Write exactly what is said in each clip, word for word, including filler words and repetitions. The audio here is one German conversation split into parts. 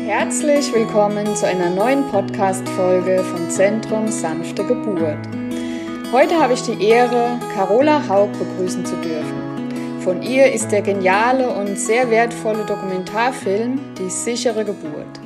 Herzlich willkommen zu einer neuen Podcast-Folge von Zentrum Sanfte Geburt. Heute habe ich die Ehre, Carola Haug begrüßen zu dürfen. Von ihr ist der geniale und sehr wertvolle Dokumentarfilm Die sichere Geburt.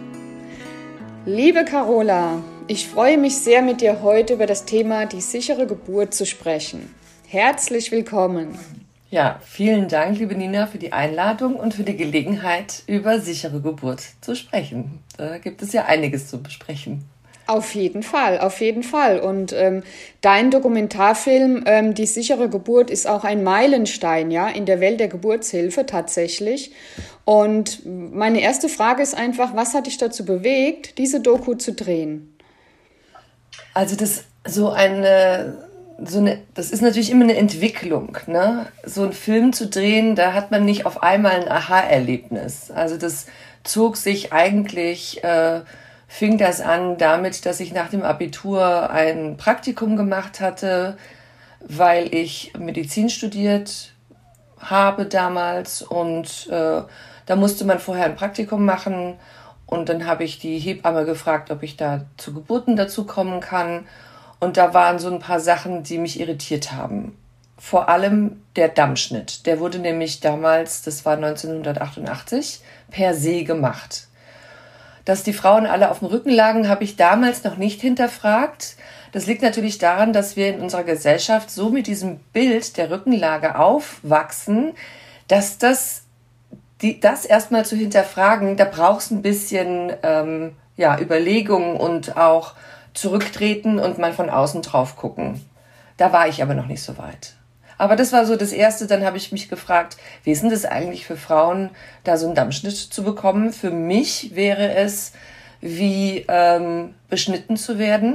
Liebe Carola, ich freue mich sehr, mit dir heute über das Thema Die sichere Geburt zu sprechen. Herzlich willkommen. Ja, vielen Dank, liebe Nina, für die Einladung und für die Gelegenheit, über sichere Geburt zu sprechen. Da gibt es ja einiges zu besprechen. Auf jeden Fall, auf jeden Fall. Und ähm, dein Dokumentarfilm ähm, Die sichere Geburt ist auch ein Meilenstein, ja, in der Welt der Geburtshilfe tatsächlich. Und meine erste Frage ist einfach, was hat dich dazu bewegt, diese Doku zu drehen? Also das so eine So eine, das ist natürlich immer eine Entwicklung, ne? So einen Film zu drehen, da hat man nicht auf einmal ein Aha-Erlebnis. Also das zog sich eigentlich, äh, fing das an damit, dass ich nach dem Abitur ein Praktikum gemacht hatte, weil ich Medizin studiert habe damals und äh, da musste man vorher ein Praktikum machen und dann habe ich die Hebamme gefragt, ob ich da zu Geburten dazu kommen kann. Und da waren so ein paar Sachen, die mich irritiert haben. Vor allem der Dammschnitt. Der wurde nämlich damals, das war neunzehnhundertachtundachtzig, per se gemacht. Dass die Frauen alle auf dem Rücken lagen, habe ich damals noch nicht hinterfragt. Das liegt natürlich daran, dass wir in unserer Gesellschaft so mit diesem Bild der Rückenlage aufwachsen, dass das, die, das erstmal zu hinterfragen, da braucht es ein bisschen ähm, ja, Überlegung und auch zurücktreten und mal von außen drauf gucken. Da war ich aber noch nicht so weit. Aber das war so das Erste, dann habe ich mich gefragt, wie ist denn das eigentlich für Frauen, da so einen Dammschnitt zu bekommen? Für mich wäre es wie ähm, beschnitten zu werden.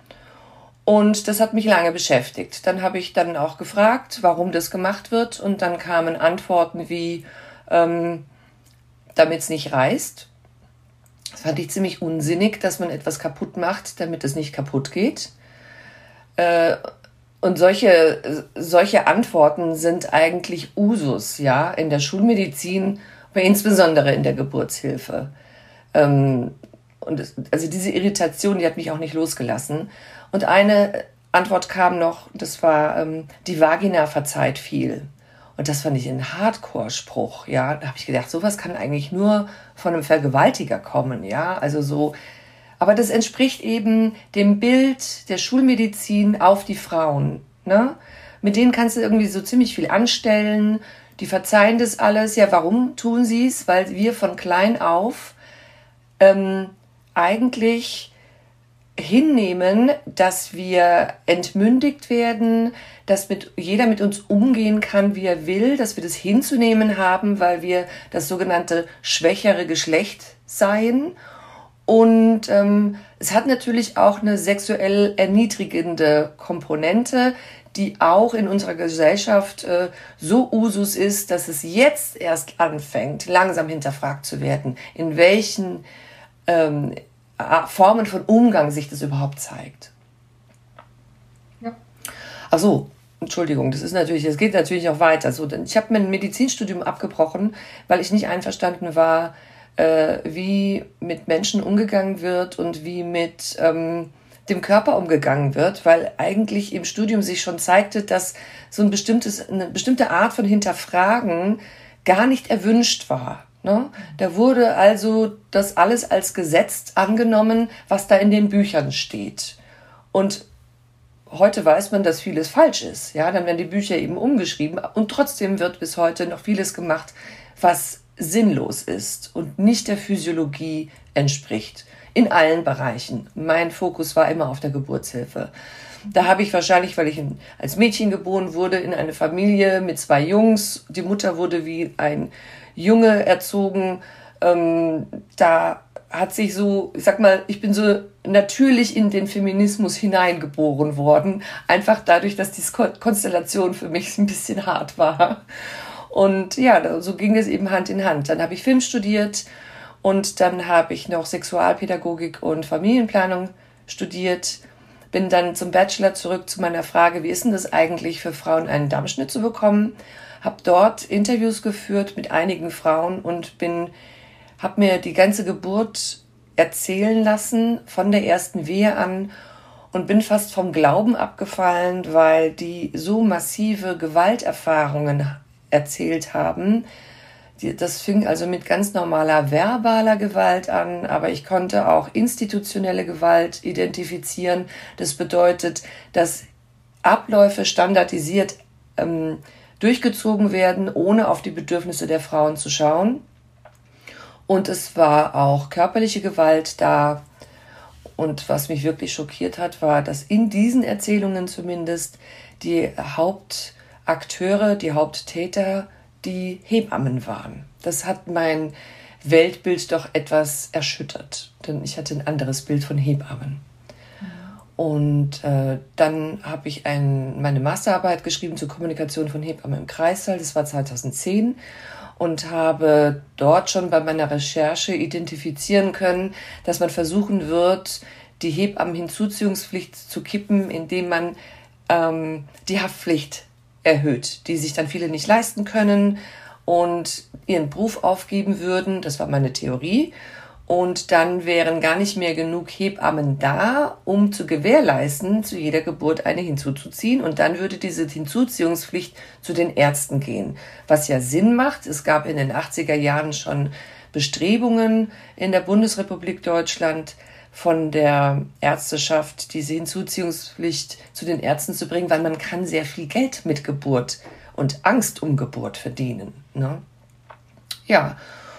Und das hat mich lange beschäftigt. Dann habe ich dann auch gefragt, warum das gemacht wird. Und dann kamen Antworten wie, ähm, damit es nicht reißt. Das fand ich ziemlich unsinnig, dass man etwas kaputt macht, damit es nicht kaputt geht. Äh, und solche, solche Antworten sind eigentlich Usus, ja, in der Schulmedizin, aber insbesondere in der Geburtshilfe. Ähm, und es, also diese Irritation, die hat mich auch nicht losgelassen. Und eine Antwort kam noch, das war, ähm, die Vagina verzeiht viel. Und das fand ich ein Hardcore-Spruch, ja. Da habe ich gedacht, sowas kann eigentlich nur von einem Vergewaltiger kommen, ja. Also so, aber das entspricht eben dem Bild der Schulmedizin auf die Frauen, ne? Mit denen kannst du irgendwie so ziemlich viel anstellen. Die verzeihen das alles. Ja, warum tun sie es? Weil wir von klein auf ähm, eigentlich hinnehmen, dass wir entmündigt werden, dass mit, jeder mit uns umgehen kann, wie er will, dass wir das hinzunehmen haben, weil wir das sogenannte schwächere Geschlecht seien. Und ähm, es hat natürlich auch eine sexuell erniedrigende Komponente, die auch in unserer Gesellschaft äh, so Usus ist, dass es jetzt erst anfängt, langsam hinterfragt zu werden, in welchen ähm, Formen von Umgang sich das überhaupt zeigt. Ja. Ach so, Entschuldigung, das ist natürlich, das geht natürlich auch weiter. So, denn ich habe mein Medizinstudium abgebrochen, weil ich nicht einverstanden war, äh, wie mit Menschen umgegangen wird und wie mit ähm, dem Körper umgegangen wird, weil eigentlich im Studium sich schon zeigte, dass so ein bestimmtes, eine bestimmte Art von Hinterfragen gar nicht erwünscht war. Ne? Da wurde also das alles als Gesetz angenommen, was da in den Büchern steht. Und heute weiß man, dass vieles falsch ist. Ja, dann werden die Bücher eben umgeschrieben und trotzdem wird bis heute noch vieles gemacht, was sinnlos ist und nicht der Physiologie entspricht. In allen Bereichen. Mein Fokus war immer auf der Geburtshilfe. Da habe ich wahrscheinlich, weil ich in, als Mädchen geboren wurde, in eine Familie mit zwei Jungs. Die Mutter wurde wie ein Junge erzogen, ähm, da hat sich so, ich sag mal, ich bin so natürlich in den Feminismus hineingeboren worden, einfach dadurch, dass die Konstellation für mich ein bisschen hart war. Und ja, so ging es eben Hand in Hand. Dann habe ich Film studiert und dann habe ich noch Sexualpädagogik und Familienplanung studiert, bin dann zum Bachelor zurück zu meiner Frage, wie ist denn das eigentlich für Frauen, einen Dammschnitt zu bekommen? Habe dort Interviews geführt mit einigen Frauen und bin habe mir die ganze Geburt erzählen lassen, von der ersten Wehe an, und bin fast vom Glauben abgefallen, weil die so massive Gewalterfahrungen erzählt haben. Das fing also mit ganz normaler verbaler Gewalt an, aber ich konnte auch institutionelle Gewalt identifizieren. Das bedeutet, dass Abläufe standardisiert ähm, durchgezogen werden, ohne auf die Bedürfnisse der Frauen zu schauen. Und es war auch körperliche Gewalt da. Und was mich wirklich schockiert hat, war, dass in diesen Erzählungen zumindest die Hauptakteure, die Haupttäter, die Hebammen waren. Das hat mein Weltbild doch etwas erschüttert, denn ich hatte ein anderes Bild von Hebammen. Mhm. Und äh, dann habe ich ein, meine Masterarbeit geschrieben zur Kommunikation von Hebammen im Kreissaal. Das war zweitausendzehn. Und habe dort schon bei meiner Recherche identifizieren können, dass man versuchen wird, die Hebammenhinzuziehungspflicht zu kippen, indem man ähm, die Haftpflicht erhöht, die sich dann viele nicht leisten können und ihren Beruf aufgeben würden. Das war meine Theorie. Und dann wären gar nicht mehr genug Hebammen da, um zu gewährleisten, zu jeder Geburt eine hinzuzuziehen. Und dann würde diese Hinzuziehungspflicht zu den Ärzten gehen. Was ja Sinn macht. Es gab in den achtziger Jahren schon Bestrebungen in der Bundesrepublik Deutschland von der Ärzteschaft, diese Hinzuziehungspflicht zu den Ärzten zu bringen, weil man kann sehr viel Geld mit Geburt und Angst um Geburt verdienen. Ne? Ja.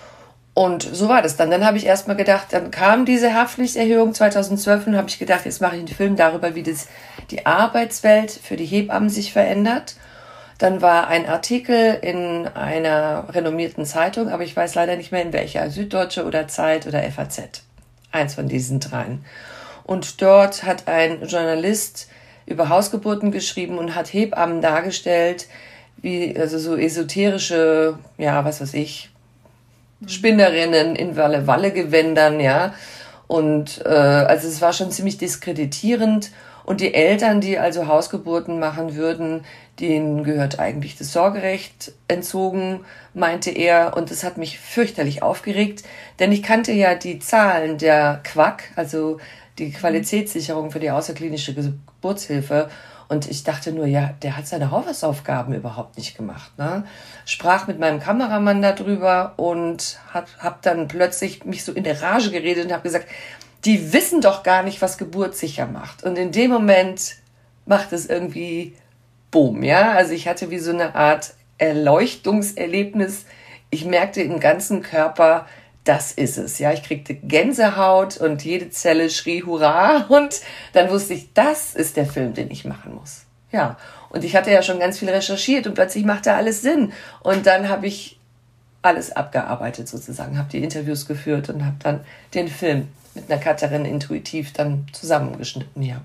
Und so war das dann. Dann habe ich erstmal gedacht, dann kam diese Haftpflichterhöhung zweitausendzwölf und habe ich gedacht, jetzt mache ich einen Film darüber, wie das die Arbeitswelt für die Hebammen sich verändert. Dann war ein Artikel in einer renommierten Zeitung, aber ich weiß leider nicht mehr in welcher, Süddeutsche oder Zeit oder F A Z. Eins von diesen dreien. Und dort hat ein Journalist über Hausgeburten geschrieben und hat Hebammen dargestellt, wie also so esoterische, ja, was weiß ich, Spinnerinnen in Walle-Walle-Gewändern, ja. Und äh, also es war schon ziemlich diskreditierend. Und die Eltern, die also Hausgeburten machen würden, denen gehört eigentlich das Sorgerecht entzogen, meinte er. Und das hat mich fürchterlich aufgeregt, denn ich kannte ja die Zahlen der Quack, also die Qualitätssicherung für die außerklinische Geburtshilfe. Und ich dachte nur, ja, der hat seine Hausaufgaben überhaupt nicht gemacht. Ne? Sprach mit meinem Kameramann darüber und hab, hab dann plötzlich mich so in der Rage geredet und habe gesagt, die wissen doch gar nicht, was Geburt sicher macht. Und in dem Moment macht es irgendwie Boom, ja. Also ich hatte wie so eine Art Erleuchtungserlebnis. Ich merkte im ganzen Körper, das ist es, ja. Ich kriegte Gänsehaut und jede Zelle schrie Hurra. Und dann wusste ich, das ist der Film, den ich machen muss. Ja. Und ich hatte ja schon ganz viel recherchiert und plötzlich machte alles Sinn. Und dann habe ich alles abgearbeitet sozusagen, habe die Interviews geführt und habe dann den Film mit einer Cutterin intuitiv dann zusammengeschnitten, ja.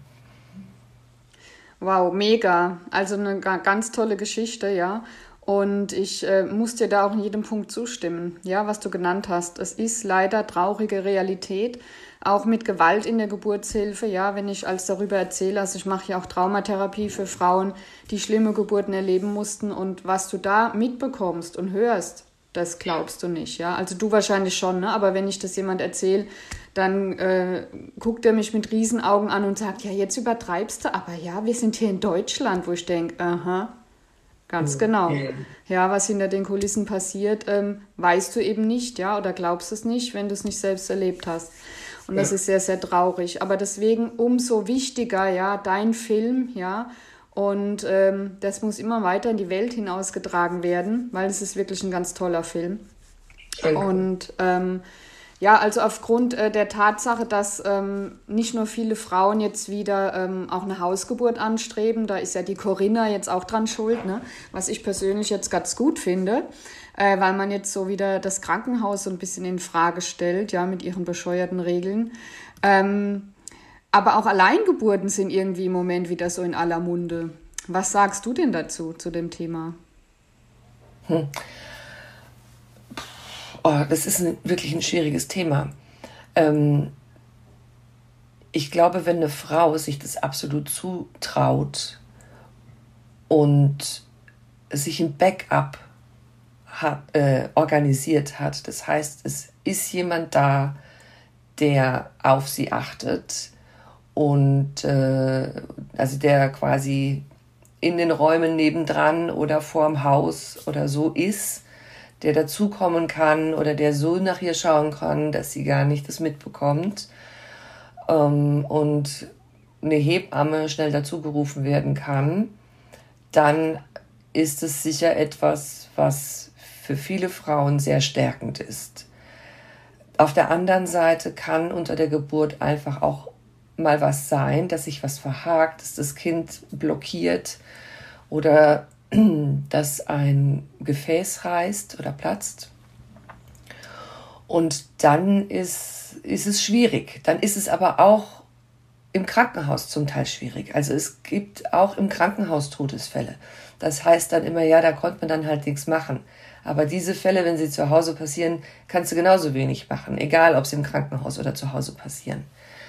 Wow, mega. Also eine ganz tolle Geschichte, ja. Und ich äh, muss dir da auch in jedem Punkt zustimmen, ja, was du genannt hast. Es ist leider traurige Realität, auch mit Gewalt in der Geburtshilfe, ja, wenn ich als darüber erzähle, also ich mache ja auch Traumatherapie für Frauen, die schlimme Geburten erleben mussten, und was du da mitbekommst und hörst, das glaubst du nicht, ja. Also du wahrscheinlich schon, ne? Aber wenn ich das jemand erzähle, dann äh, guckt er mich mit Riesenaugen an und sagt, ja, jetzt übertreibst du, aber ja, wir sind hier in Deutschland, wo ich denke, aha, ganz mhm. genau. Ja, was hinter den Kulissen passiert, ähm, weißt du eben nicht, ja, oder glaubst es nicht, wenn du es nicht selbst erlebt hast. Und das ja. ist sehr, sehr traurig. Aber deswegen umso wichtiger, ja, dein Film, ja, und ähm, das muss immer weiter in die Welt hinausgetragen werden, weil es ist wirklich ein ganz toller Film. Danke. Und ähm, ja, also aufgrund äh, der Tatsache, dass ähm, nicht nur viele Frauen jetzt wieder ähm, auch eine Hausgeburt anstreben, da ist ja die Corinna jetzt auch dran schuld, ne? Was ich persönlich jetzt ganz gut finde, äh, weil man jetzt so wieder das Krankenhaus so ein bisschen in Frage stellt, ja, mit ihren bescheuerten Regeln. Ähm, aber auch Alleingeburten sind irgendwie im Moment wieder so in aller Munde. Was sagst du denn dazu, zu dem Thema? Hm. Oh, das ist ein, wirklich ein schwieriges Thema. Ähm, ich glaube, wenn eine Frau sich das absolut zutraut und sich ein Backup hat, äh, organisiert hat, das heißt, es ist jemand da, der auf sie achtet und äh, also der quasi in den Räumen nebendran oder vorm Haus oder so ist, der dazukommen kann oder der so nach ihr schauen kann, dass sie gar nicht das mitbekommt ähm, und eine Hebamme schnell dazugerufen werden kann, dann ist es sicher etwas, was für viele Frauen sehr stärkend ist. Auf der anderen Seite kann unter der Geburt einfach auch mal was sein, dass sich was verhakt, dass das Kind blockiert oder dass ein Gefäß reißt oder platzt. Und dann ist, ist es schwierig. Dann ist es aber auch im Krankenhaus zum Teil schwierig. Also es gibt auch im Krankenhaus Todesfälle. Das heißt dann immer, ja, da konnte man dann halt nichts machen. Aber diese Fälle, wenn sie zu Hause passieren, kannst du genauso wenig machen, egal ob sie im Krankenhaus oder zu Hause passieren.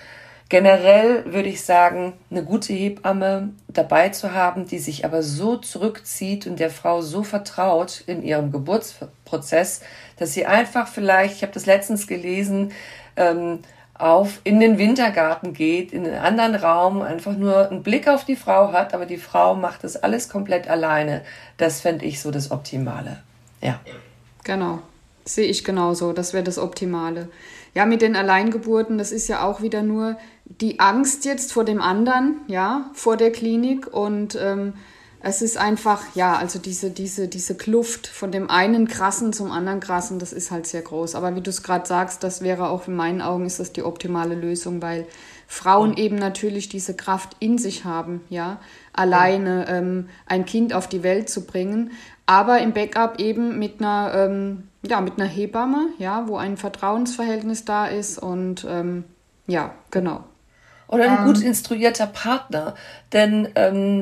Generell würde ich sagen, eine gute Hebamme dabei zu haben, die sich aber so zurückzieht und der Frau so vertraut in ihrem Geburtsprozess, dass sie einfach vielleicht, ich habe das letztens gelesen, ähm, auf in den Wintergarten geht, in einen anderen Raum, einfach nur einen Blick auf die Frau hat, aber die Frau macht das alles komplett alleine. Das fände ich so das Optimale. Ja. Genau, sehe ich genauso. Das wäre das Optimale. Ja, mit den Alleingeburten, das ist ja auch wieder nur die Angst jetzt vor dem anderen, ja, vor der Klinik. Und ähm, es ist einfach, ja, also diese, diese, diese Kluft von dem einen Krassen zum anderen Krassen, das ist halt sehr groß. Aber wie du es gerade sagst, das wäre auch in meinen Augen, ist das die optimale Lösung, weil Frauen eben natürlich diese Kraft in sich haben, ja, alleine ähm, ein Kind auf die Welt zu bringen, aber im Backup eben mit einer, ähm, ja, mit einer Hebamme, ja, wo ein Vertrauensverhältnis da ist und ähm, ja, genau. Oder ein gut instruierter Partner, denn ähm,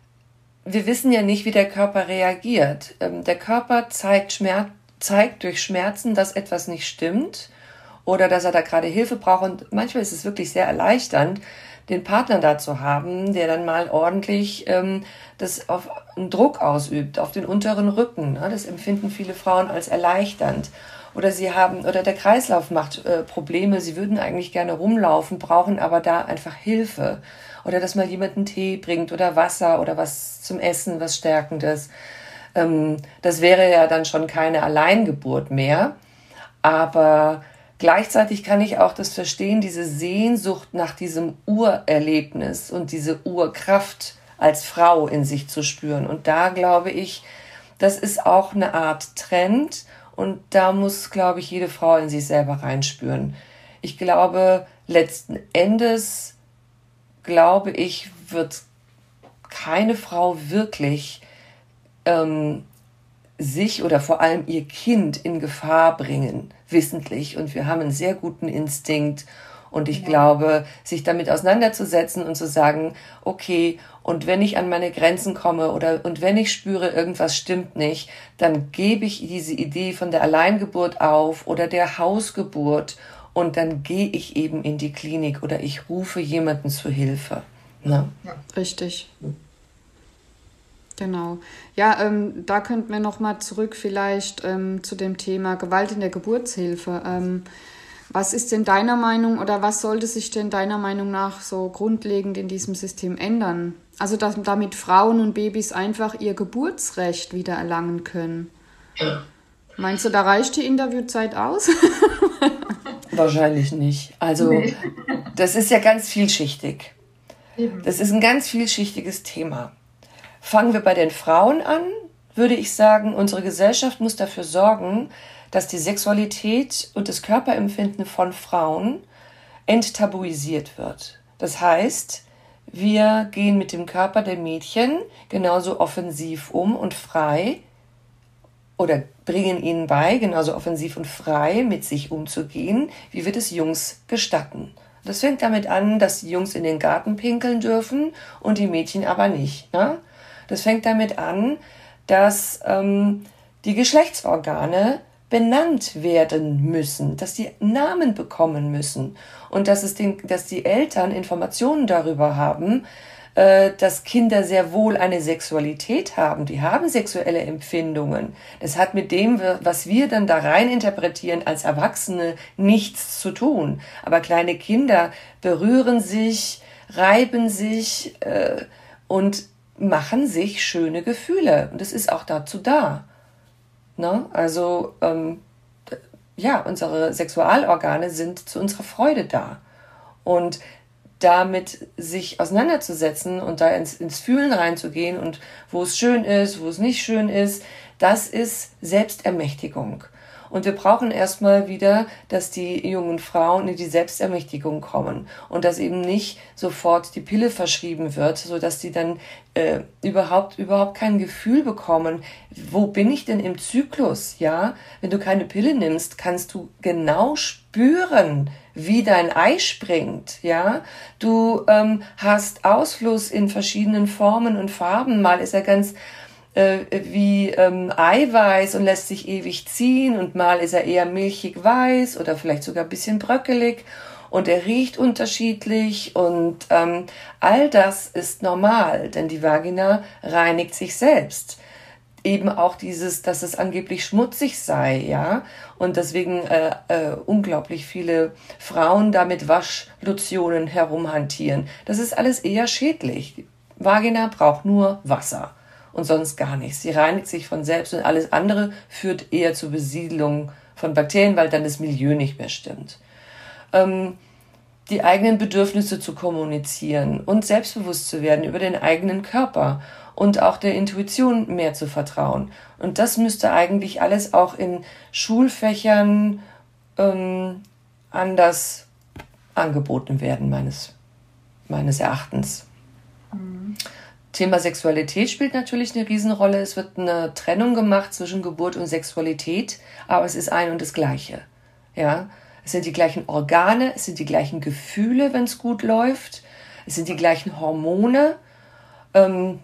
wir wissen ja nicht, wie der Körper reagiert. Ähm, der Körper zeigt, Schmerz, zeigt durch Schmerzen, dass etwas nicht stimmt oder dass er da gerade Hilfe braucht. Und manchmal ist es wirklich sehr erleichternd, den Partner da zu haben, der dann mal ordentlich ähm, das auf einen Druck ausübt, auf den unteren Rücken. Ne? Das empfinden viele Frauen als erleichternd. Oder sie haben, oder der Kreislauf macht äh, Probleme, sie würden eigentlich gerne rumlaufen, brauchen aber da einfach Hilfe. Oder dass mal jemand einen Tee bringt oder Wasser oder was zum Essen, was Stärkendes. Ähm, das wäre ja dann schon keine Alleingeburt mehr. Aber gleichzeitig kann ich auch das verstehen, diese Sehnsucht nach diesem Urerlebnis und diese Urkraft als Frau in sich zu spüren. Und da glaube ich, das ist auch eine Art Trend und da muss, glaube ich, jede Frau in sich selber reinspüren. Ich glaube, letzten Endes, glaube ich, wird keine Frau wirklich ähm, sich oder vor allem ihr Kind in Gefahr bringen, wissentlich. Und wir haben einen sehr guten Instinkt. Und ich ja. glaube, sich damit auseinanderzusetzen und zu sagen, okay, und wenn ich an meine Grenzen komme oder und wenn ich spüre, irgendwas stimmt nicht, dann gebe ich diese Idee von der Alleingeburt auf oder der Hausgeburt und dann gehe ich eben in die Klinik oder ich rufe jemanden zu Hilfe. Ne? Ja. Richtig. Genau. Ja, ähm, da könnten wir nochmal zurück vielleicht ähm, zu dem Thema Gewalt in der Geburtshilfe. Ähm, was ist denn deiner Meinung oder was sollte sich denn deiner Meinung nach so grundlegend in diesem System ändern? Also dass, damit Frauen und Babys einfach ihr Geburtsrecht wieder erlangen können. Meinst du, da reicht die Interviewzeit aus? Wahrscheinlich nicht. Also das ist ja ganz vielschichtig. Das ist ein ganz vielschichtiges Thema. Fangen wir bei den Frauen an, würde ich sagen, unsere Gesellschaft muss dafür sorgen, dass die Sexualität und das Körperempfinden von Frauen enttabuisiert wird. Das heißt, wir gehen mit dem Körper der Mädchen genauso offensiv um und frei oder bringen ihnen bei, genauso offensiv und frei mit sich umzugehen, wie wir das Jungs gestatten. Das fängt damit an, dass die Jungs in den Garten pinkeln dürfen und die Mädchen aber nicht, ne? Das fängt damit an, dass ähm, die Geschlechtsorgane benannt werden müssen, dass die Namen bekommen müssen und dass, es den, dass die Eltern Informationen darüber haben, äh, dass Kinder sehr wohl eine Sexualität haben. Die haben sexuelle Empfindungen. Das hat mit dem, was wir dann da rein interpretieren als Erwachsene, nichts zu tun. Aber kleine Kinder berühren sich, reiben sich äh, und machen sich schöne Gefühle. Und es ist auch dazu da. Ne? Also, ähm, ja, unsere Sexualorgane sind zu unserer Freude da. Und damit sich auseinanderzusetzen und da ins, ins Fühlen reinzugehen und wo es schön ist, wo es nicht schön ist, das ist Selbstermächtigung. Und wir brauchen erstmal wieder, dass die jungen Frauen in die Selbstermächtigung kommen und dass eben nicht sofort die Pille verschrieben wird, sodass die dann äh, überhaupt überhaupt kein Gefühl bekommen, wo bin ich denn im Zyklus, ja? Wenn du keine Pille nimmst, kannst du genau spüren, wie dein Ei springt, ja? Du ähm, hast Ausfluss in verschiedenen Formen und Farben, mal ist er ganz wie ähm, Eiweiß und lässt sich ewig ziehen und mal ist er eher milchig weiß oder vielleicht sogar ein bisschen bröckelig und er riecht unterschiedlich und ähm, all das ist normal, denn die Vagina reinigt sich selbst. Eben auch dieses, dass es angeblich schmutzig sei, ja, und deswegen äh, äh, unglaublich viele Frauen da mit Waschlotionen herumhantieren. Das ist alles eher schädlich. Die Vagina braucht nur Wasser. Und sonst gar nichts. Sie reinigt sich von selbst und alles andere führt eher zur Besiedlung von Bakterien, weil dann das Milieu nicht mehr stimmt. Ähm, die eigenen Bedürfnisse zu kommunizieren und selbstbewusst zu werden über den eigenen Körper und auch der Intuition mehr zu vertrauen. Und das müsste eigentlich alles auch in Schulfächern ähm, anders angeboten werden, meines, meines Erachtens. Mhm. Thema Sexualität spielt natürlich eine Riesenrolle. Es wird eine Trennung gemacht zwischen Geburt und Sexualität, aber es ist ein und das Gleiche. Ja, es sind die gleichen Organe, es sind die gleichen Gefühle, wenn es gut läuft, es sind die gleichen Hormone ähm,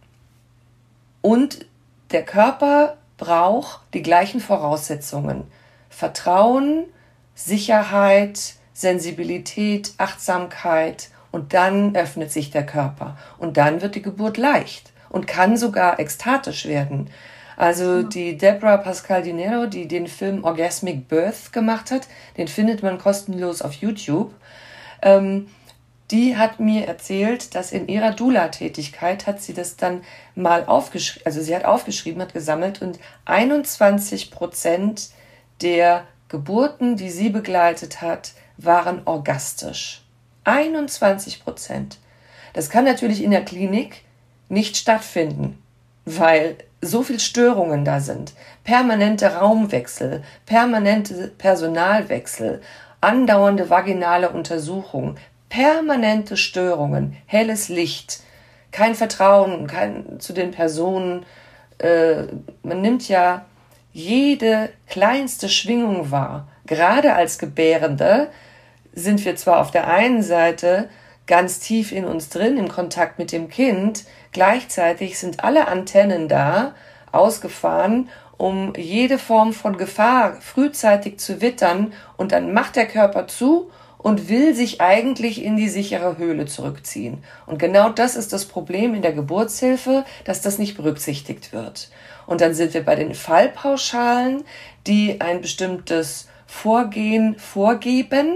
und der Körper braucht die gleichen Voraussetzungen. Vertrauen, Sicherheit, Sensibilität, Achtsamkeit. Und dann öffnet sich der Körper. Und dann wird die Geburt leicht und kann sogar ekstatisch werden. Also die Deborah Pascal Dinero, die den Film Orgasmic Birth gemacht hat, den findet man kostenlos auf YouTube, ähm, die hat mir erzählt, dass in ihrer Doula-Tätigkeit hat sie das dann mal aufgeschrieben, also sie hat aufgeschrieben, hat gesammelt und einundzwanzig Prozent der Geburten, die sie begleitet hat, waren orgastisch. einundzwanzig Prozent. Das kann natürlich in der Klinik nicht stattfinden, weil so viele Störungen da sind. Permanente Raumwechsel, permanente Personalwechsel, andauernde vaginale Untersuchung, permanente Störungen, helles Licht, kein Vertrauen kein, zu den Personen. Äh, man nimmt ja jede kleinste Schwingung wahr. Gerade als Gebärende sind wir zwar auf der einen Seite ganz tief in uns drin, im Kontakt mit dem Kind, gleichzeitig sind alle Antennen da, ausgefahren, um jede Form von Gefahr frühzeitig zu wittern und dann macht der Körper zu und will sich eigentlich in die sichere Höhle zurückziehen. Und genau das ist das Problem in der Geburtshilfe, dass das nicht berücksichtigt wird. Und dann sind wir bei den Fallpauschalen, die ein bestimmtes Vorgehen vorgeben,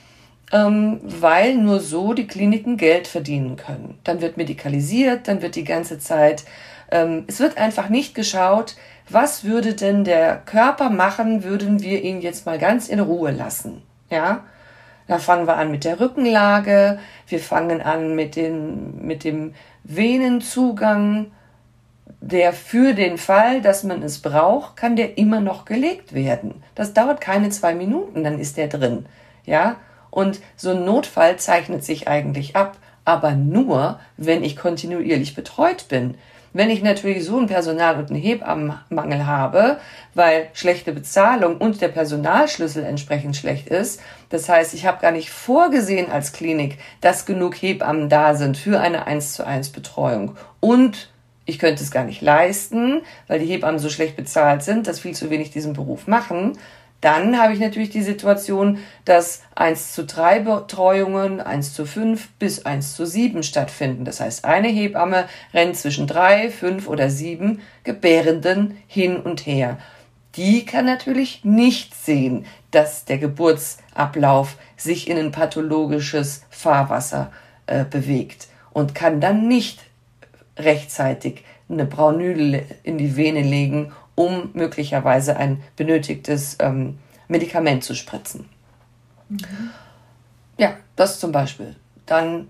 Ähm, weil nur so die Kliniken Geld verdienen können. Dann wird medikalisiert, dann wird die ganze Zeit, ähm, es wird einfach nicht geschaut, was würde denn der Körper machen, würden wir ihn jetzt mal ganz in Ruhe lassen. Ja, da fangen wir an mit der Rückenlage, wir fangen an mit, den, mit dem Venenzugang, der für den Fall, dass man es braucht, kann der immer noch gelegt werden. Das dauert keine zwei Minuten, dann ist der drin. Ja, und so ein Notfall zeichnet sich eigentlich ab, aber nur, wenn ich kontinuierlich betreut bin. Wenn ich natürlich so ein Personal- und einen Hebammenmangel habe, weil schlechte Bezahlung und der Personalschlüssel entsprechend schlecht ist, das heißt, ich habe gar nicht vorgesehen als Klinik, dass genug Hebammen da sind für eine eins zu eins Betreuung und ich könnte es gar nicht leisten, weil die Hebammen so schlecht bezahlt sind, dass viel zu wenig diesen Beruf machen, Dann habe ich natürlich die Situation, dass eins zu drei Betreuungen, eins zu fünf bis eins zu sieben stattfinden. Das heißt, eine Hebamme rennt zwischen drei, fünf oder sieben Gebärenden hin und her. Die kann natürlich nicht sehen, dass der Geburtsablauf sich in ein pathologisches Fahrwasser äh, bewegt und kann dann nicht rechtzeitig eine Braunüle in die Vene legen, um möglicherweise ein benötigtes ähm, Medikament zu spritzen. Mhm. Ja, das zum Beispiel. Dann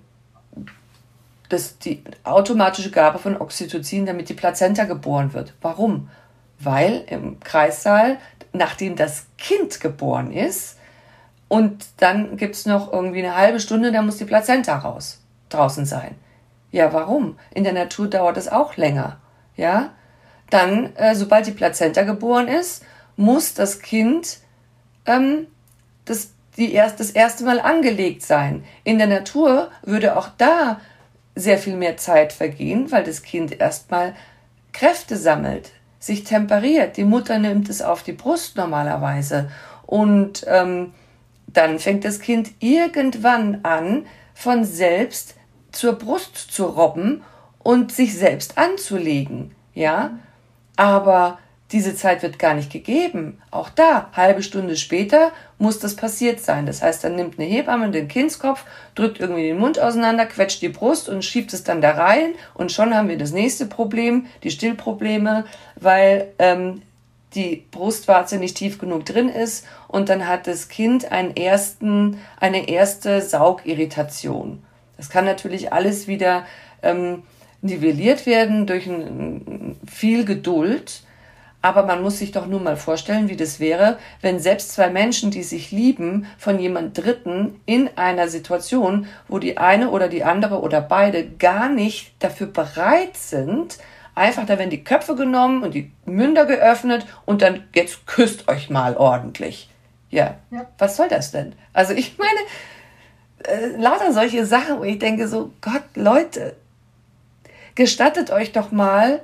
das, die automatische Gabe von Oxytocin, damit die Plazenta geboren wird. Warum? Weil im Kreissaal, nachdem das Kind geboren ist, und dann gibt es noch irgendwie eine halbe Stunde, da muss die Plazenta raus, draußen sein. Ja, warum? In der Natur dauert es auch länger. Ja? Dann, äh, sobald die Plazenta geboren ist, muss das Kind ähm, das, die erst, das erste Mal angelegt sein. In der Natur würde auch da sehr viel mehr Zeit vergehen, weil das Kind erstmal Kräfte sammelt, sich temperiert. Die Mutter nimmt es auf die Brust normalerweise. Und ähm, dann fängt das Kind irgendwann an, von selbst zur Brust zu robben und sich selbst anzulegen. Ja? Aber diese Zeit wird gar nicht gegeben. Auch da, halbe Stunde später, muss das passiert sein. Das heißt, dann nimmt eine Hebamme den Kindskopf, drückt irgendwie den Mund auseinander, quetscht die Brust und schiebt es dann da rein. Und schon haben wir das nächste Problem, die Stillprobleme, weil ähm, die Brustwarze nicht tief genug drin ist. Und dann hat das Kind einen ersten, eine erste Saugirritation. Das kann natürlich alles wieder ähm, nivelliert werden durch ein, viel Geduld. Aber man muss sich doch nur mal vorstellen, wie das wäre, wenn selbst zwei Menschen, die sich lieben, von jemand Dritten in einer Situation, wo die eine oder die andere oder beide gar nicht dafür bereit sind, einfach, da werden die Köpfe genommen und die Münder geöffnet und dann jetzt küsst euch mal ordentlich. Ja, ja. Was soll das denn? Also ich meine, äh, lauter solche Sachen, wo ich denke so, Gott, Leute, gestattet euch doch mal,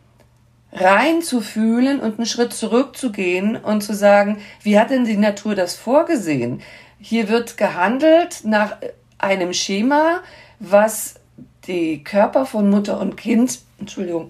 reinzufühlen und einen Schritt zurückzugehen und zu sagen, wie hat denn die Natur das vorgesehen? Hier wird gehandelt nach einem Schema, was die Körper von Mutter und Kind, Entschuldigung,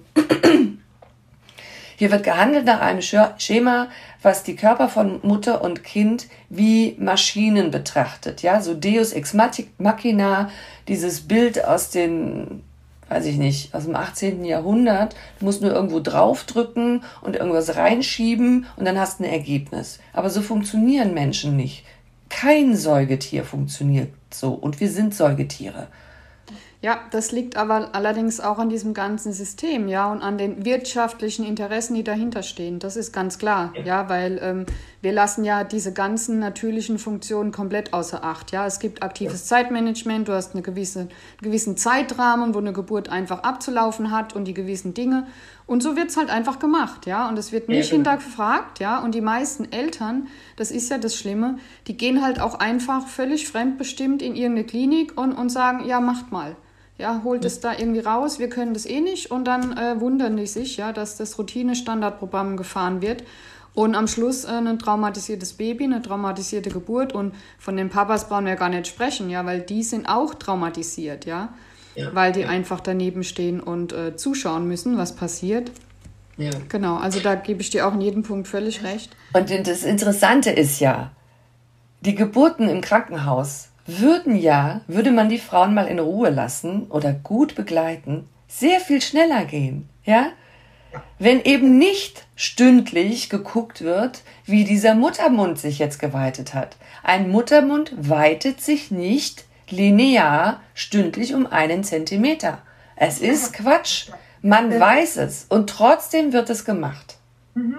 hier wird gehandelt nach einem Schema, was die Körper von Mutter und Kind wie Maschinen betrachtet. Ja, so Deus ex machina, dieses Bild aus den, weiß ich nicht, aus dem achtzehnten Jahrhundert. Du musst nur irgendwo draufdrücken und irgendwas reinschieben und dann hast du ein Ergebnis. Aber so funktionieren Menschen nicht. Kein Säugetier funktioniert so und wir sind Säugetiere. Ja, das liegt aber allerdings auch an diesem ganzen System, ja, und an den wirtschaftlichen Interessen, die dahinter stehen. Das ist ganz klar, ja, weil ähm, wir lassen ja diese ganzen natürlichen Funktionen komplett außer Acht, ja. Es gibt aktives Zeitmanagement, du hast eine gewisse, einen gewissen Zeitrahmen, wo eine Geburt einfach abzulaufen hat und die gewissen Dinge. Und so wird's halt einfach gemacht, ja, und es wird nicht ja, genau. hinterfragt, ja, und die meisten Eltern, das ist ja das Schlimme, die gehen halt auch einfach völlig fremdbestimmt in irgendeine Klinik und, und sagen, ja, macht mal. Ja, holt es da irgendwie raus, wir können das eh nicht und dann äh, wundern die sich, ja, dass das Routine-Standardprogramm gefahren wird und am Schluss äh, ein traumatisiertes Baby, eine traumatisierte Geburt und von den Papas brauchen wir gar nicht sprechen, ja, weil die sind auch traumatisiert, ja, ja. weil die ja. einfach daneben stehen und äh, zuschauen müssen, was passiert. Ja. Genau, also da gebe ich dir auch in jedem Punkt völlig recht. Und das Interessante ist ja, die Geburten im Krankenhaus würden ja, würde man die Frauen mal in Ruhe lassen oder gut begleiten, sehr viel schneller gehen, ja? Wenn eben nicht stündlich geguckt wird, wie dieser Muttermund sich jetzt geweitet hat. Ein Muttermund weitet sich nicht linear stündlich um einen Zentimeter. Es ist Quatsch. Man weiß es und trotzdem wird es gemacht. Mhm.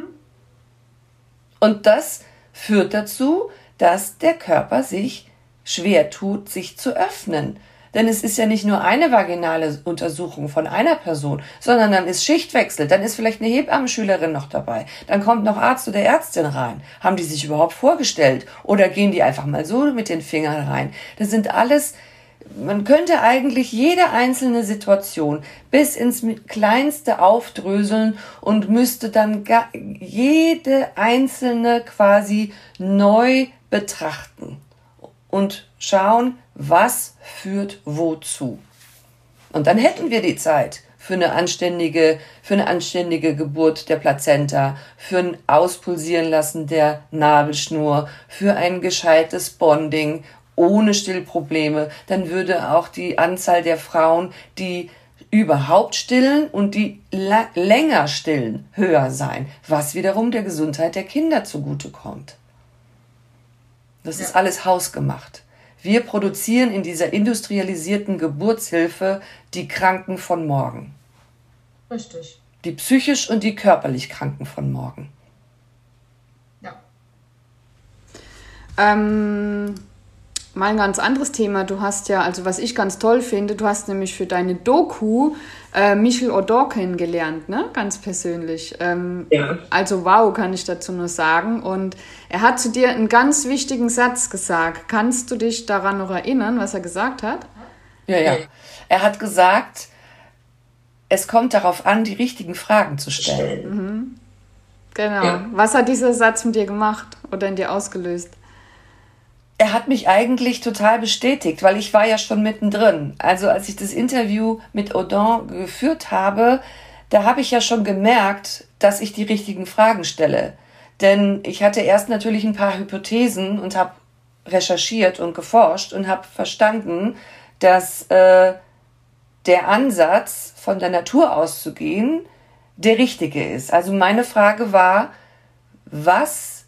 Und das führt dazu, dass der Körper sich schwer tut, sich zu öffnen. Denn es ist ja nicht nur eine vaginale Untersuchung von einer Person, sondern dann ist Schichtwechsel, dann ist vielleicht eine Hebammenschülerin noch dabei, dann kommt noch Arzt oder Ärztin rein. Haben die sich überhaupt vorgestellt oder gehen die einfach mal so mit den Fingern rein? Das sind alles man könnte eigentlich jede einzelne Situation bis ins Kleinste aufdröseln und müsste dann jede einzelne quasi neu betrachten und schauen, was führt wozu. Und dann hätten wir die Zeit für eine anständige, für eine anständige Geburt der Plazenta, für ein Auspulsieren lassen der Nabelschnur, für ein gescheites Bonding ohne Stillprobleme. Dann würde auch die Anzahl der Frauen, die überhaupt stillen und die la- länger stillen, höher sein, was wiederum der Gesundheit der Kinder zugutekommt. Das ja. ist alles hausgemacht. Wir produzieren in dieser industrialisierten Geburtshilfe die Kranken von morgen. Richtig. Die psychisch und die körperlich Kranken von morgen. Ja. Ähm, mal ein ganz anderes Thema. Du hast ja, also was ich ganz toll finde, du hast nämlich für deine Doku äh, Michel Odor kennengelernt, ne? Ganz persönlich. Ähm, ja. Also wow, kann ich dazu nur sagen. Und er hat zu dir einen ganz wichtigen Satz gesagt. Kannst du dich daran noch erinnern, was er gesagt hat? Ja, ja. Er hat gesagt, es kommt darauf an, die richtigen Fragen zu stellen. Mhm. Genau. Ja. Was hat dieser Satz mit dir gemacht oder in dir ausgelöst? Er hat mich eigentlich total bestätigt, weil ich war ja schon mittendrin. Also als ich das Interview mit Odon geführt habe, da habe ich ja schon gemerkt, dass ich die richtigen Fragen stelle. Denn ich hatte erst natürlich ein paar Hypothesen und habe recherchiert und geforscht und habe verstanden, dass äh, der Ansatz, von der Natur auszugehen, der richtige ist. Also meine Frage war, was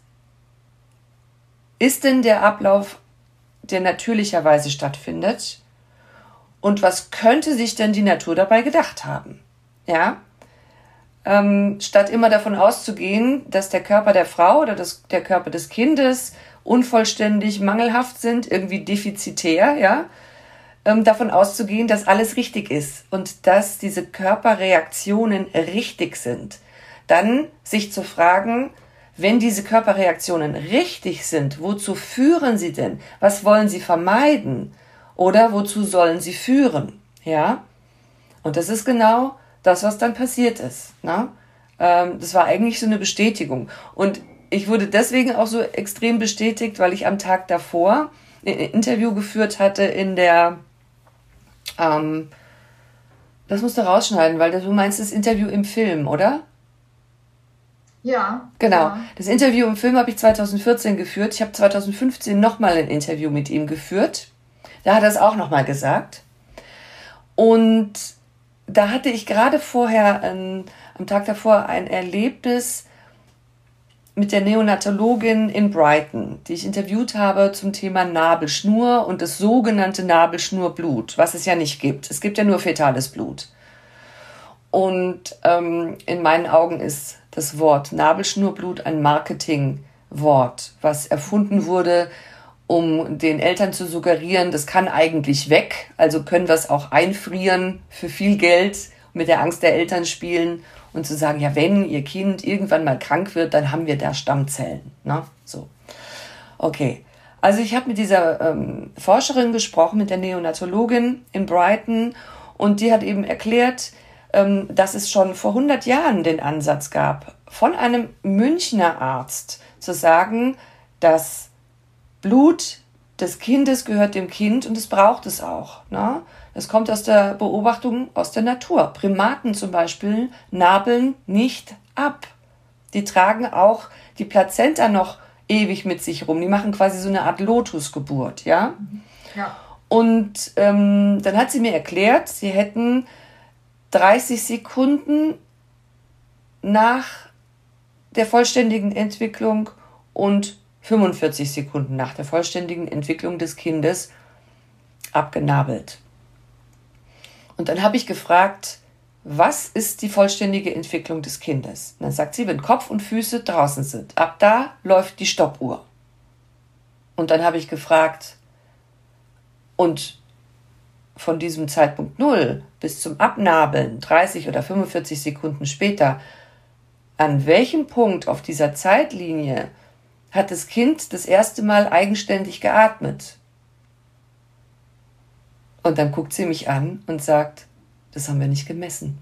ist denn der Ablauf, der natürlicherweise stattfindet? Und was könnte sich denn die Natur dabei gedacht haben? Ja? Ähm, statt immer davon auszugehen, dass der Körper der Frau oder das, der Körper des Kindes unvollständig, mangelhaft sind, irgendwie defizitär, ja? Ähm, davon auszugehen, dass alles richtig ist und dass diese Körperreaktionen richtig sind. Dann sich zu fragen, wenn diese Körperreaktionen richtig sind, wozu führen sie denn? Was wollen sie vermeiden? Oder wozu sollen sie führen? Ja? Und das ist genau das, was dann passiert ist. Ne? Ähm, das war eigentlich so eine Bestätigung. Und ich wurde deswegen auch so extrem bestätigt, weil ich am Tag davor ein Interview geführt hatte in der, ähm, das musst du rausschneiden, weil du meinst das Interview im Film, oder? Ja. Genau. Ja. Das Interview im Film habe ich zwanzig vierzehn geführt. Ich habe zwanzig fünfzehn nochmal ein Interview mit ihm geführt. Da hat er es auch nochmal gesagt. Und da hatte ich gerade vorher, ein, am Tag davor, ein Erlebnis mit der Neonatologin in Brighton, die ich interviewt habe zum Thema Nabelschnur und das sogenannte Nabelschnurblut, was es ja nicht gibt. Es gibt ja nur fetales Blut. Und ähm, in meinen Augen ist das Wort Nabelschnurblut ein Marketingwort, was erfunden wurde, um den Eltern zu suggerieren, das kann eigentlich weg, also können wir es auch einfrieren für viel Geld, mit der Angst der Eltern spielen und zu sagen, ja, wenn ihr Kind irgendwann mal krank wird, dann haben wir da Stammzellen. Ne? So. Okay, also ich habe mit dieser ähm, Forscherin gesprochen, mit der Neonatologin in Brighton, und die hat eben erklärt, ähm, dass es schon vor hundert Jahren den Ansatz gab, von einem Münchner Arzt zu sagen, dass Blut des Kindes gehört dem Kind und es braucht es auch. Ne? Das kommt aus der Beobachtung aus der Natur. Primaten zum Beispiel nabeln nicht ab. Die tragen auch die Plazenta noch ewig mit sich rum. Die machen quasi so eine Art Lotusgeburt. Ja? Ja. Und ähm, dann hat sie mir erklärt, sie hätten dreißig Sekunden nach der vollständigen Entwicklung und fünfundvierzig Sekunden nach der vollständigen Entwicklung des Kindes abgenabelt. Und dann habe ich gefragt, was ist die vollständige Entwicklung des Kindes? Und dann sagt sie, wenn Kopf und Füße draußen sind, ab da läuft die Stoppuhr. Und dann habe ich gefragt, und von diesem Zeitpunkt null bis zum Abnabeln, dreißig oder fünfundvierzig Sekunden später, an welchem Punkt auf dieser Zeitlinie hat das Kind das erste Mal eigenständig geatmet? Und dann guckt sie mich an und sagt, das haben wir nicht gemessen.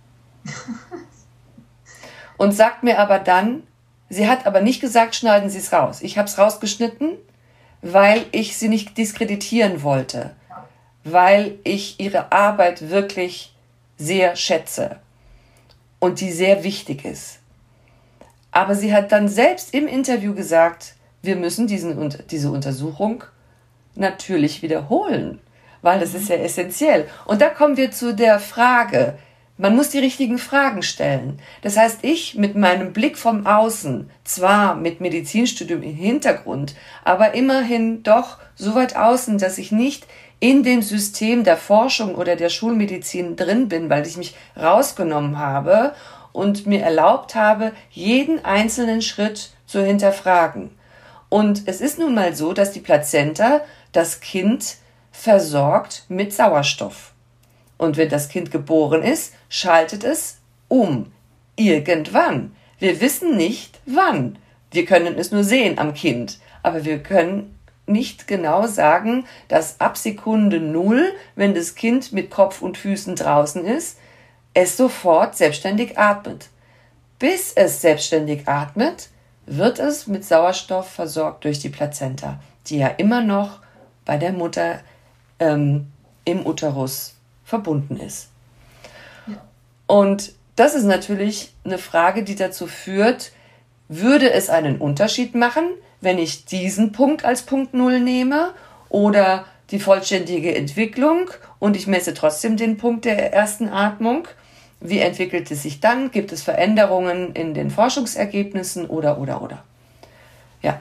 Und sagt mir aber dann, sie hat aber nicht gesagt, schneiden Sie es raus. Ich habe es rausgeschnitten, weil ich sie nicht diskreditieren wollte, weil ich ihre Arbeit wirklich sehr schätze und die sehr wichtig ist. Aber sie hat dann selbst im Interview gesagt, wir müssen diesen, diese Untersuchung natürlich wiederholen, weil das ist ja essentiell. Und da kommen wir zu der Frage, man muss die richtigen Fragen stellen. Das heißt, ich mit meinem Blick vom Außen, zwar mit Medizinstudium im Hintergrund, aber immerhin doch so weit außen, dass ich nicht in dem System der Forschung oder der Schulmedizin drin bin, weil ich mich rausgenommen habe und mir erlaubt habe, jeden einzelnen Schritt zu hinterfragen. Und es ist nun mal so, dass die Plazenta das Kind versorgt mit Sauerstoff. Und wenn das Kind geboren ist, schaltet es um. Irgendwann. Wir wissen nicht, wann. Wir können es nur sehen am Kind. Aber wir können nicht genau sagen, dass ab Sekunde Null, wenn das Kind mit Kopf und Füßen draußen ist, es sofort selbstständig atmet. Bis es selbstständig atmet, wird es mit Sauerstoff versorgt durch die Plazenta, die ja immer noch bei der Mutter ähm, im Uterus verbunden ist. Ja. Und das ist natürlich eine Frage, die dazu führt, würde es einen Unterschied machen, wenn ich diesen Punkt als Punkt Null nehme oder die vollständige Entwicklung und ich messe trotzdem den Punkt der ersten Atmung? Wie entwickelt es sich dann? Gibt es Veränderungen in den Forschungsergebnissen oder, oder, oder? Ja.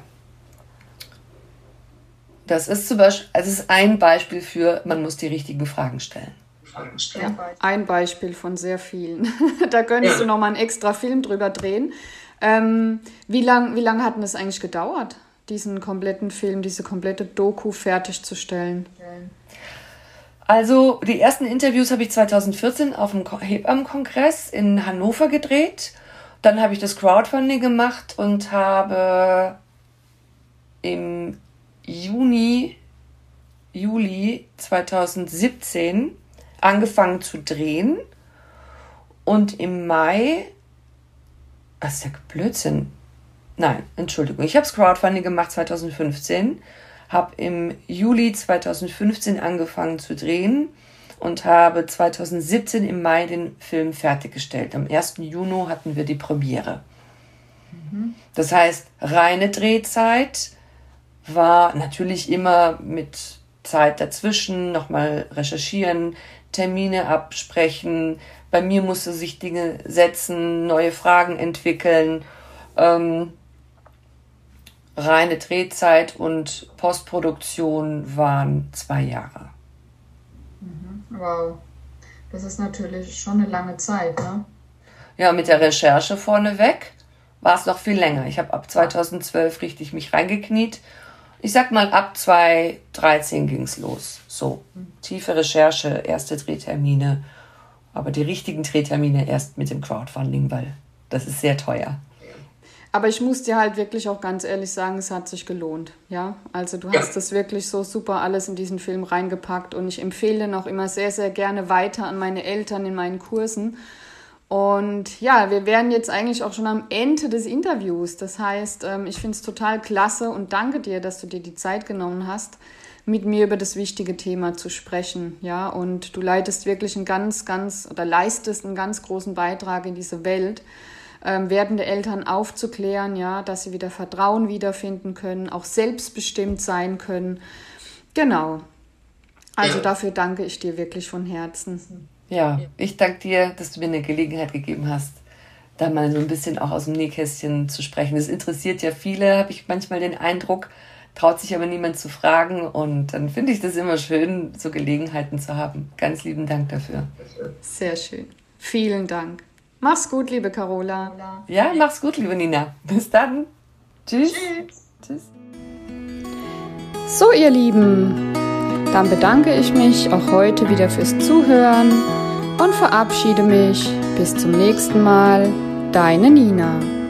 Das ist zum Beispiel, also es ist ein Beispiel für, man muss die richtigen Fragen stellen. Ja, ein Beispiel von sehr vielen. Da könntest ja. du noch mal einen extra Film drüber drehen. Ähm, wie lange wie lang hat denn es eigentlich gedauert, diesen kompletten Film, diese komplette Doku fertigzustellen? Also die ersten Interviews habe ich zweitausendvierzehn auf dem Hebammenkongress in Hannover gedreht. Dann habe ich das Crowdfunding gemacht und habe im Juni, Juli zweitausendsiebzehn angefangen zu drehen und im Mai, was ist der Blödsinn? Nein, Entschuldigung, ich habe das Crowdfunding gemacht zweitausendfünfzehn, habe im Juli zweitausendfünfzehn angefangen zu drehen und habe zweitausendsiebzehn im Mai den Film fertiggestellt. Am ersten Juni hatten wir die Premiere. Mhm. Das heißt, reine Drehzeit war natürlich immer mit Zeit dazwischen, nochmal recherchieren, Termine absprechen. Bei mir musste sich Dinge setzen, neue Fragen entwickeln. Ähm, reine Drehzeit und Postproduktion waren zwei Jahre. Wow, das ist natürlich schon eine lange Zeit, ne? Ja, mit der Recherche vorneweg war es noch viel länger. Ich habe ab zweitausendzwölf richtig mich reingekniet. Ich sag mal, ab zweitausenddreizehn ging es los. So, tiefe Recherche, erste Drehtermine. Aber die richtigen Drehtermine erst mit dem Crowdfunding, weil das ist sehr teuer. Aber ich muss dir halt wirklich auch ganz ehrlich sagen, es hat sich gelohnt. Ja, also du hast das wirklich so super alles in diesen Film reingepackt. Und ich empfehle den auch immer sehr, sehr gerne weiter an meine Eltern in meinen Kursen. Und ja, wir wären jetzt eigentlich auch schon am Ende des Interviews. Das heißt, ich finde es total klasse und danke dir, dass du dir die Zeit genommen hast, mit mir über das wichtige Thema zu sprechen. Ja, und du leitest wirklich einen ganz, ganz oder leistest einen ganz großen Beitrag in diese Welt, ähm, werdende Eltern aufzuklären, ja, dass sie wieder Vertrauen wiederfinden können, auch selbstbestimmt sein können. Genau. Also dafür danke ich dir wirklich von Herzen. Ja, ich danke dir, dass du mir eine Gelegenheit gegeben hast, da mal so ein bisschen auch aus dem Nähkästchen zu sprechen. Das interessiert ja viele, habe ich manchmal den Eindruck, traut sich aber niemand zu fragen. Und dann finde ich das immer schön, so Gelegenheiten zu haben. Ganz lieben Dank dafür. Sehr schön. Vielen Dank. Mach's gut, liebe Carola. Ja, mach's gut, liebe Nina. Bis dann. Tschüss. Tschüss. Tschüss. So, ihr Lieben, dann bedanke ich mich auch heute wieder fürs Zuhören und verabschiede mich. Bis zum nächsten Mal. Deine Nina.